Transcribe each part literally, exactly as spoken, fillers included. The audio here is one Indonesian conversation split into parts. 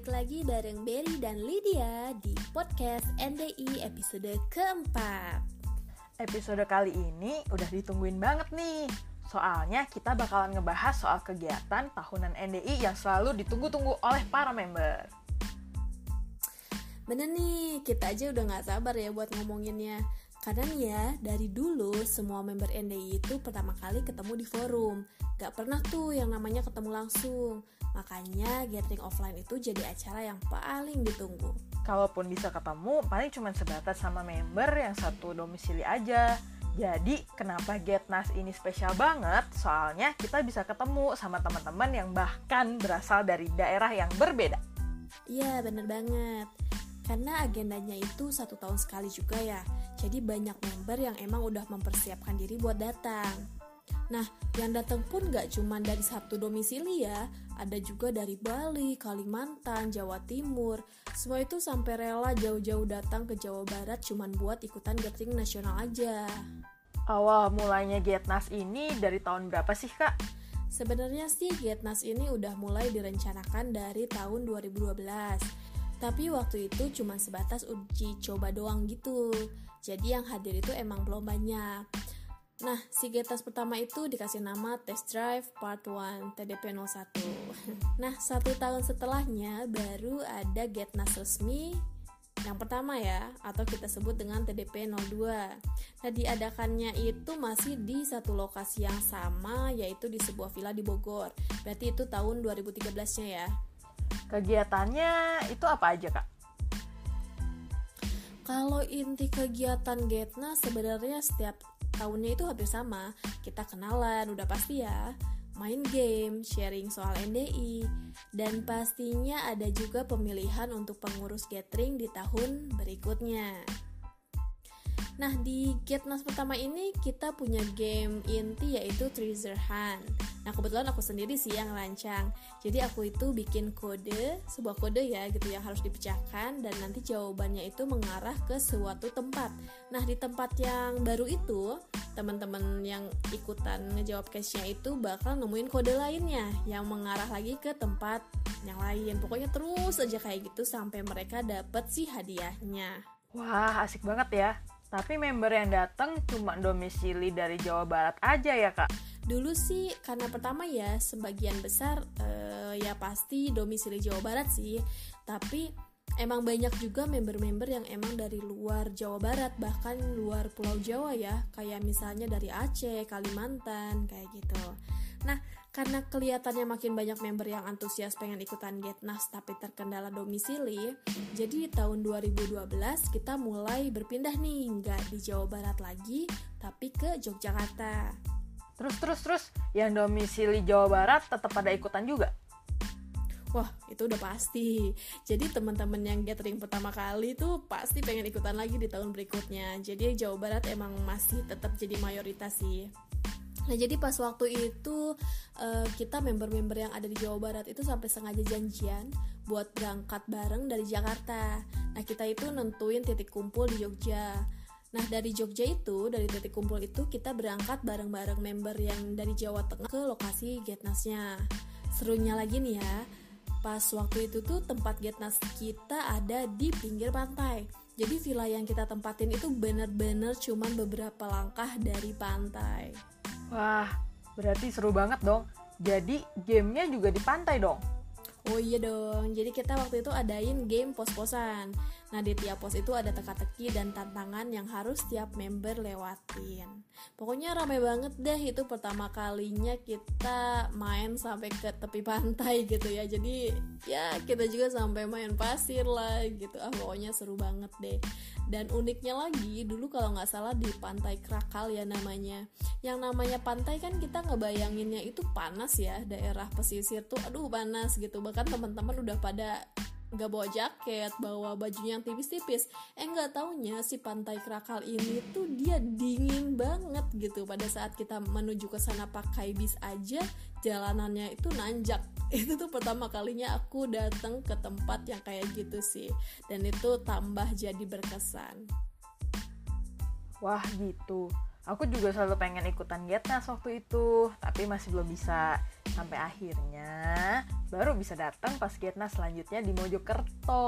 balik lagi bareng Berry dan Lydia di podcast N D I episode keempat. Episode kali ini udah ditungguin banget nih. Soalnya kita bakalan ngebahas soal kegiatan tahunan N D I yang selalu ditunggu-tunggu oleh para member. Bener nih, kita aja udah gak sabar ya buat ngomonginnya. Karena nih ya, dari dulu semua member N D I itu pertama kali ketemu di forum. Gak pernah tuh yang namanya ketemu langsung. Makanya gathering offline itu jadi acara yang paling ditunggu. Kalaupun bisa ketemu, paling cuma sebatas sama member yang satu domisili aja. Jadi kenapa Getnas ini spesial banget? Soalnya kita bisa ketemu sama teman-teman yang bahkan berasal dari daerah yang berbeda. Iya bener banget. Karena agendanya itu satu tahun sekali juga ya. Jadi banyak member yang emang udah mempersiapkan diri buat datang. Nah, yang datang pun gak cuma dari satu domisili ya. Ada juga dari Bali, Kalimantan, Jawa Timur. Semua itu sampai rela jauh-jauh datang ke Jawa Barat cuman buat ikutan gathering nasional aja. Awal mulainya Getnas ini dari tahun berapa sih, Kak? Sebenarnya sih Getnas ini udah mulai direncanakan dari tahun dua ribu dua belas. Tapi waktu itu cuma sebatas uji coba doang gitu. Jadi yang hadir itu emang belum banyak. Nah, si Getnas pertama itu dikasih nama Test Drive Part satu T D P nol satu. Nah, satu tahun setelahnya baru ada Getnas resmi yang pertama ya, atau kita sebut dengan T D P nol dua. Nah, diadakannya itu masih di satu lokasi yang sama, yaitu di sebuah villa di Bogor. Berarti itu tahun dua ribu tiga belas-nya ya. Kegiatannya itu apa aja, Kak? Kalau inti kegiatan Getnas sebenarnya setiap tahunnya itu hampir sama. Kita kenalan, udah pasti ya. Main game, sharing soal N D I. Dan pastinya ada juga pemilihan untuk pengurus gathering di tahun berikutnya. Nah, di Getnas pertama ini kita punya game inti yaitu Treasure Hunt. Nah, kebetulan aku sendiri sih yang rancang. Jadi aku itu bikin kode, sebuah kode ya gitu yang harus dipecahkan dan nanti jawabannya itu mengarah ke suatu tempat. Nah, di tempat yang baru itu, teman-teman yang ikutan ngejawab case-nya itu bakal nemuin kode lainnya yang mengarah lagi ke tempat yang lain. Pokoknya terus aja kayak gitu sampai mereka dapet sih hadiahnya. Wah, asik banget ya. Tapi member yang datang cuma domisili dari Jawa Barat aja ya, Kak? Dulu sih karena pertama ya sebagian besar uh, ya pasti domisili Jawa Barat sih. Tapi emang banyak juga member-member yang emang dari luar Jawa Barat, bahkan luar Pulau Jawa ya. Kayak misalnya dari Aceh, Kalimantan, kayak gitu. Nah, karena kelihatannya makin banyak member yang antusias pengen ikutan Getnas tapi terkendala domisili, jadi di tahun dua ribu dua belas kita mulai berpindah nih, nggak di Jawa Barat lagi, tapi ke Yogyakarta. Terus, terus, terus, yang domisili Jawa Barat tetap pada ikutan juga? Wah, itu udah pasti. Jadi teman-teman yang gathering pertama kali tuh pasti pengen ikutan lagi di tahun berikutnya. Jadi Jawa Barat emang masih tetap jadi mayoritas sih. Nah, jadi pas waktu itu uh, kita member-member yang ada di Jawa Barat itu sampai sengaja janjian buat berangkat bareng dari Jakarta. Nah, kita itu nentuin titik kumpul di Jogja. Nah, dari Jogja itu, dari titik kumpul itu kita berangkat bareng-bareng member yang dari Jawa Tengah ke lokasi Getnasnya. Serunya lagi nih ya, pas waktu itu tuh tempat Getnas kita ada di pinggir pantai. Jadi villa yang kita tempatin itu bener-bener cuman beberapa langkah dari pantai. Wah, berarti seru banget dong. Jadi gamenya juga di pantai dong? Oh iya dong, jadi kita waktu itu adain game pos-posan. Nah, di tiap pos itu ada teka-teki dan tantangan yang harus tiap member lewatin. Pokoknya ramai banget deh, itu pertama kalinya kita main sampai ke tepi pantai gitu ya. Jadi ya kita juga sampai main pasir lah gitu. Ah, pokoknya seru banget deh. Dan uniknya lagi, dulu kalau gak salah di Pantai Krakal ya namanya. Yang namanya pantai kan kita ngebayanginnya itu panas ya, daerah pesisir tuh aduh panas gitu. Bahkan teman-teman udah pada gak bawa jaket, bawa bajunya yang tipis-tipis. Eh gak taunya si Pantai Krakal ini tuh dia dingin banget gitu. Pada saat kita menuju ke sana pakai bis aja, jalanannya itu nanjak. Itu tuh pertama kalinya aku datang ke tempat yang kayak gitu sih. Dan itu tambah jadi berkesan. Wah gitu. Aku juga selalu pengen ikutan Getnas waktu itu, tapi masih belum bisa. Sampai akhirnya baru bisa datang pas Getnas selanjutnya di Mojokerto.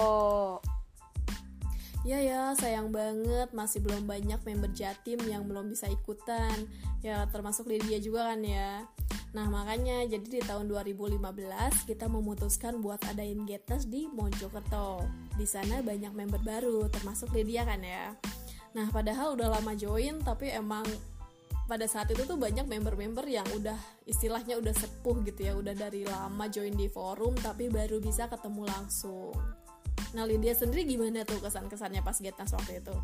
Ya ya, sayang banget masih belum banyak member Jatim yang belum bisa ikutan. Ya termasuk Lydia juga kan ya. Nah makanya jadi di tahun dua ribu lima belas kita memutuskan buat adain Getnas di Mojokerto. Di sana banyak member baru, termasuk Lydia kan ya. Nah padahal udah lama join, tapi emang pada saat itu tuh banyak member-member yang udah istilahnya udah sepuh gitu ya, udah dari lama join di forum tapi baru bisa ketemu langsung. Nah Lydia sendiri gimana tuh kesan-kesannya pas Getnas waktu itu?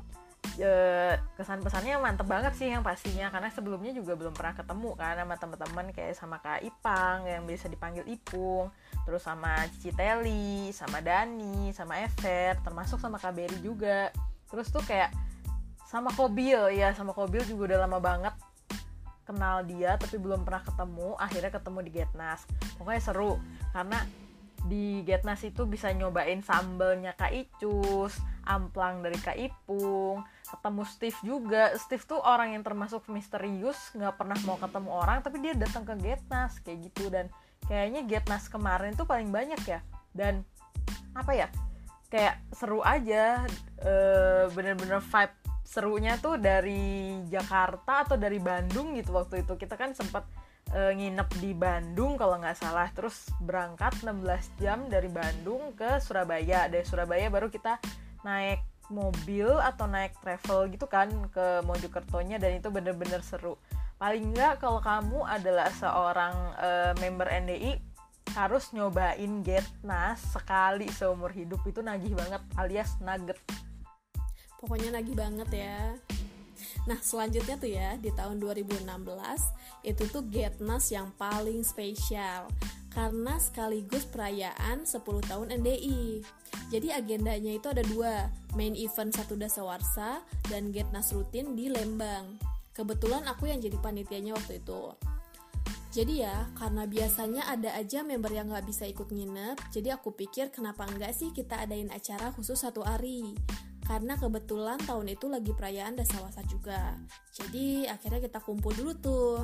E, kesan-pesannya mantep banget sih yang pastinya, karena sebelumnya juga belum pernah ketemu kan sama teman-teman, kayak sama Kak Ipang yang bisa dipanggil Ipung, terus sama Cici Teli, sama Dani, sama Ever, termasuk sama Kak Berry juga. Terus tuh kayak sama Kobil ya, sama Kobil juga udah lama banget kenal dia tapi belum pernah ketemu, akhirnya ketemu di Getnas. Pokoknya seru karena di Getnas itu bisa nyobain sambelnya Kak Icus, amplang dari Kak Ipung, ketemu Steve juga. Steve tuh orang yang termasuk misterius, gak pernah mau ketemu orang tapi dia datang ke Getnas kayak gitu. Dan kayaknya Getnas kemarin tuh paling banyak ya, dan apa ya, kayak seru aja, e, bener-bener vibe serunya tuh dari Jakarta atau dari Bandung gitu. Waktu itu kita kan sempat e, nginep di Bandung kalau nggak salah, terus berangkat enam belas jam dari Bandung ke Surabaya. Dari Surabaya baru kita naik mobil atau naik travel gitu kan ke Mojokertonya, dan itu bener-bener seru. Paling nggak kalau kamu adalah seorang e, member N D I, harus nyobain Getnas sekali seumur hidup. Itu nagih banget, alias nugget. Pokoknya nagih banget ya. Nah selanjutnya tuh ya, di tahun dua ribu enam belas itu tuh Getnas yang paling spesial karena sekaligus perayaan sepuluh tahun N D I. Jadi agendanya itu ada dua, main event satu dasawarsa dan Getnas rutin di Lembang. Kebetulan aku yang jadi panitianya waktu itu. Jadi ya, karena biasanya ada aja member yang gak bisa ikut nginep, jadi aku pikir kenapa enggak sih kita adain acara khusus satu hari. Karena kebetulan tahun itu lagi perayaan dasawarsa juga. Jadi akhirnya kita kumpul dulu tuh.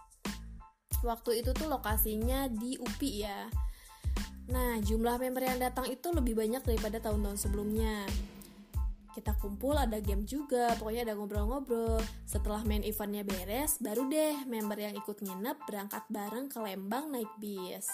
Waktu itu tuh lokasinya di U P I ya. Nah, jumlah member yang datang itu lebih banyak daripada tahun-tahun sebelumnya. Kita kumpul, ada game juga, pokoknya ada ngobrol-ngobrol. Setelah main eventnya beres, baru deh member yang ikut nginep berangkat bareng ke Lembang naik bis.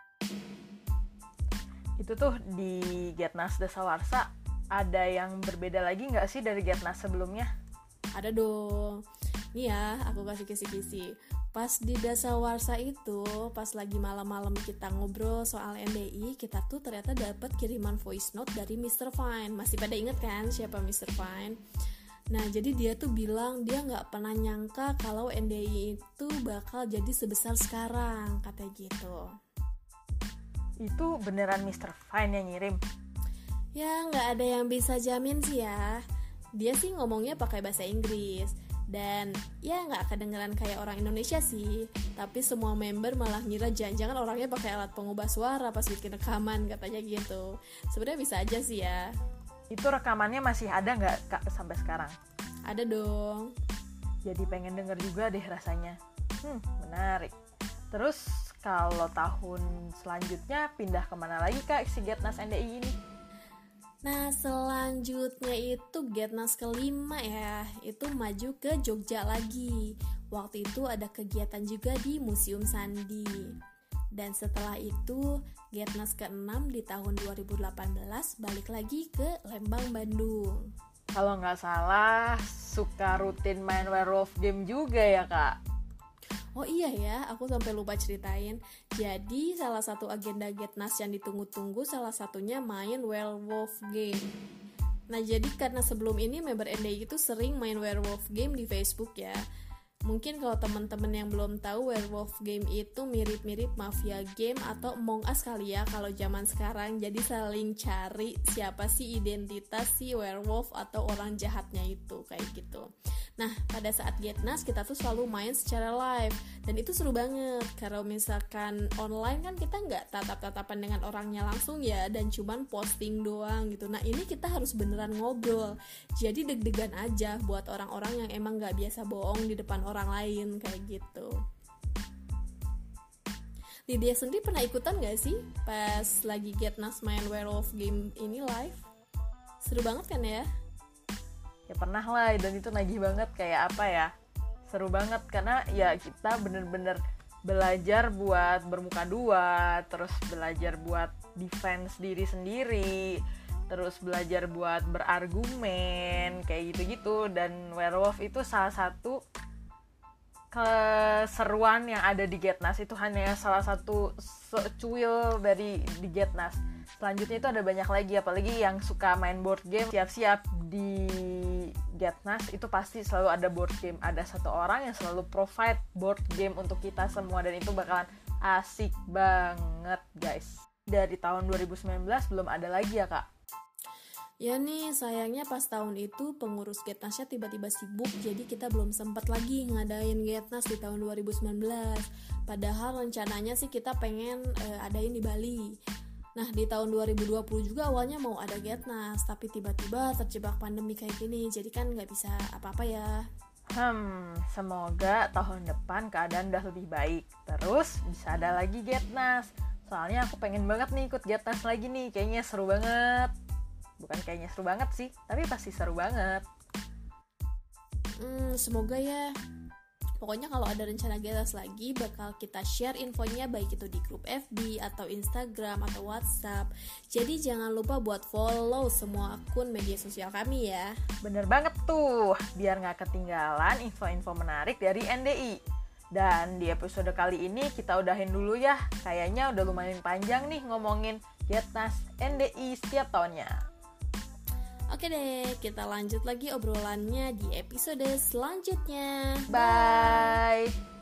Itu tuh di Getnas dasawarsa ada yang berbeda lagi nggak sih dari Getnas sebelumnya? Ada dong. Nih ya, aku kasih kisi-kisi. Pas di dasawarsa itu, pas lagi malam-malam kita ngobrol soal N D I, kita tuh ternyata dapat kiriman voice note dari mister Fine. Masih pada inget kan siapa mister Fine? Nah, jadi dia tuh bilang dia nggak pernah nyangka kalau N D I itu bakal jadi sebesar sekarang, katanya gitu. Itu beneran mister Fine yang ngirim? Ya, nggak ada yang bisa jamin sih ya. Dia sih ngomongnya pakai bahasa Inggris. Dan ya nggak kedengeran kayak orang Indonesia sih, tapi semua member malah ngira jangan-jangan orangnya pakai alat pengubah suara pas bikin rekaman, katanya gitu. Sebenarnya bisa aja sih ya. Itu rekamannya masih ada nggak Kak sampai sekarang? Ada dong. Jadi pengen denger juga deh rasanya. Hmm, menarik. Terus kalau tahun selanjutnya pindah kemana lagi Kak si Getnas N D I ini? Nah selanjutnya itu Getnas kelima ya, itu maju ke Jogja lagi. Waktu itu ada kegiatan juga di Museum Sandi. Dan setelah itu Getnas keenam di tahun dua ribu delapan belas balik lagi ke Lembang, Bandung. Kalau nggak salah suka rutin main werewolf game juga ya Kak? Oh iya ya, aku sampai lupa ceritain. Jadi salah satu agenda Getnas yang ditunggu-tunggu salah satunya main werewolf game. Nah jadi karena sebelum ini member N D I itu sering main werewolf game di Facebook ya. Mungkin kalau teman-teman yang belum tahu, werewolf game itu mirip-mirip mafia game atau Among Us kali ya kalau zaman sekarang. Jadi saling cari siapa sih identitas si werewolf atau orang jahatnya itu, kayak gitu. Nah, pada saat Getnas kita tuh selalu main secara live, dan itu seru banget. Kalau misalkan online kan kita nggak tatap-tatapan dengan orangnya langsung ya, dan cuman posting doang gitu. Nah, ini kita harus beneran ngobrol. Jadi deg-degan aja buat orang-orang yang emang nggak biasa bohong di depan orang lain kayak gitu. Lydia sendiri pernah ikutan gak sih pas lagi Getnas main Werewolf game ini live? Seru banget kan ya? Ya pernah lah, dan itu nagih banget, kayak apa ya, seru banget karena ya kita bener-bener belajar buat bermuka dua, terus belajar buat defense diri sendiri, terus belajar buat berargumen kayak gitu-gitu. Dan Werewolf itu salah satu keseruan yang ada di Getnas, itu hanya salah satu secuil dari di Getnas. Selanjutnya itu ada banyak lagi, apalagi yang suka main board game, siap-siap di Getnas itu pasti selalu ada board game. Ada satu orang yang selalu provide board game untuk kita semua, dan itu bakalan asik banget guys. Dari tahun dua ribu sembilan belas belum ada lagi ya kak? Ya nih, sayangnya pas tahun itu pengurus Getnasnya tiba-tiba sibuk, jadi kita belum sempat lagi ngadain Getnas di tahun dua ribu sembilan belas. Padahal rencananya sih kita pengen eh, adain di Bali. Nah, di tahun dua ribu dua puluh juga awalnya mau ada Getnas, tapi tiba-tiba terjebak pandemi kayak gini, jadi kan nggak bisa apa-apa ya. Hmm, semoga tahun depan keadaan udah lebih baik, terus bisa ada lagi Getnas. Soalnya aku pengen banget nih ikut Getnas lagi nih, kayaknya seru banget. Bukan kayaknya seru banget sih, tapi pasti seru banget. Hmm, semoga ya. Pokoknya kalau ada rencana Getnas lagi, bakal kita share infonya baik itu di grup F B atau Instagram atau WhatsApp. Jadi jangan lupa buat follow semua akun media sosial kami ya. Bener banget tuh, biar gak ketinggalan info-info menarik dari N D I. Dan di episode kali ini kita udahin dulu ya. Kayaknya udah lumayan panjang nih ngomongin Getnas N D I setiap tahunnya. Oke deh, kita lanjut lagi obrolannya di episode selanjutnya. Bye!